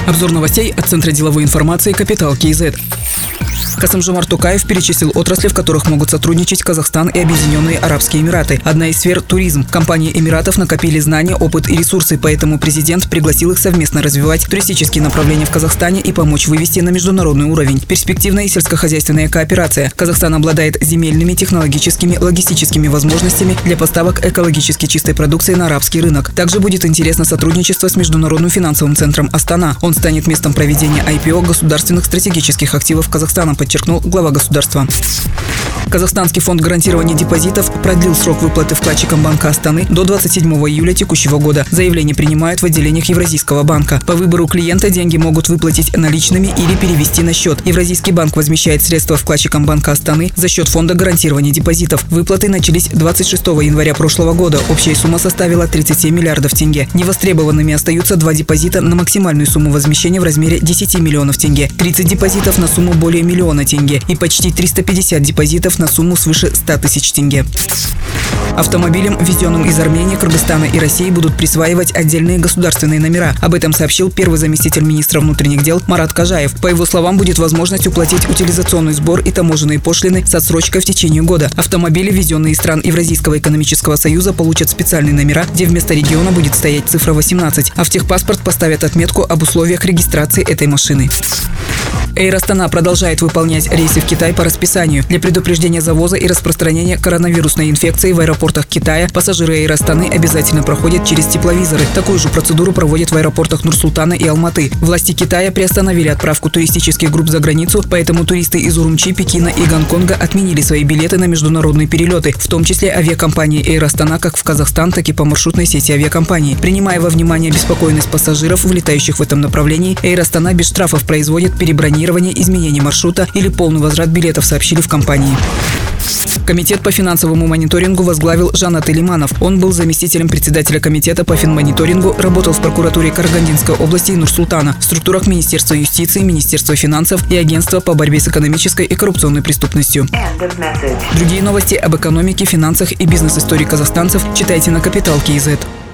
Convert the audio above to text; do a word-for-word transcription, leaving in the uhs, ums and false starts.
Обзор новостей от Центра деловой информации «Капитал КЗ». Касым-Жомарт Токаев перечислил отрасли, в которых могут сотрудничать Казахстан и Объединенные Арабские Эмираты. Одна из сфер – туризм. Компании Эмиратов накопили знания, опыт и ресурсы, поэтому президент пригласил их совместно развивать туристические направления в Казахстане и помочь вывести на международный уровень. Перспективная сельскохозяйственная кооперация. Казахстан обладает земельными, технологическими, логистическими возможностями для поставок экологически чистой продукции на арабский рынок. Также будет интересно сотрудничество с Международным финансовым центром Астана. Он станет местом проведения ай пи о государственных стратегических активов Казахстана, подчеркнул глава государства. Казахстанский фонд гарантирования депозитов продлил срок выплаты вкладчикам Банка Астаны до двадцать седьмого июля текущего года. Заявление принимают в отделениях Евразийского банка. По выбору клиента деньги могут выплатить наличными или перевести на счет. Евразийский банк возмещает средства вкладчикам Банка Астаны за счет фонда гарантирования депозитов. Выплаты начались двадцать шестого января прошлого года. Общая сумма составила тридцать семь миллиардов тенге. Невостребованными остаются два депозита на максимальную сумму возмещения в размере десяти миллионов тенге, тридцать депозитов на сумму более миллиона тенге и почти триста пятьдесят депозитов на сумму свыше ста тысяч тенге. Автомобилям, везенным из Армении, Кыргызстана и России, будут присваивать отдельные государственные номера. Об этом сообщил первый заместитель министра внутренних дел Марат Кажаев. По его словам, будет возможность уплатить утилизационный сбор и таможенные пошлины с отсрочкой в течение года. Автомобили, везенные из стран Евразийского экономического союза, получат специальные номера, где вместо региона будет стоять цифра восемнадцать, а в техпаспорт поставят отметку об условиях регистрации этой машины. Эйр Астана продолжает выполнять рейсы в Китай по расписанию. Для предупреждения завоза и распространения коронавирусной инфекции в аэропортах Китая пассажиры Эйр Астаны обязательно проходят через тепловизоры. Такую же процедуру проводят в аэропортах Нур-Султана и Алматы. Власти Китая приостановили отправку туристических групп за границу, поэтому туристы из Урумчи, Пекина и Гонконга отменили свои билеты на международные перелеты, в том числе авиакомпании Эйр Астана как в Казахстан, так и по маршрутной сети авиакомпаний. Принимая во внимание беспокойность пассажиров, вылетающих в этом направлении, Эйр Астана без штрафов производит перебронирование, изменение маршрута или полный возврат билетов, сообщили в компании. Комитет по финансовому мониторингу возглавил Жанат Элиманов. Он был заместителем председателя комитета по финмониторингу, работал в прокуратуре Карагандинской области и Нур-Султана, в структурах Министерства юстиции, Министерства финансов и Агентства по борьбе с экономической и коррупционной преступностью. Другие новости об экономике, финансах и бизнес-истории казахстанцев читайте на Капитал КЗ.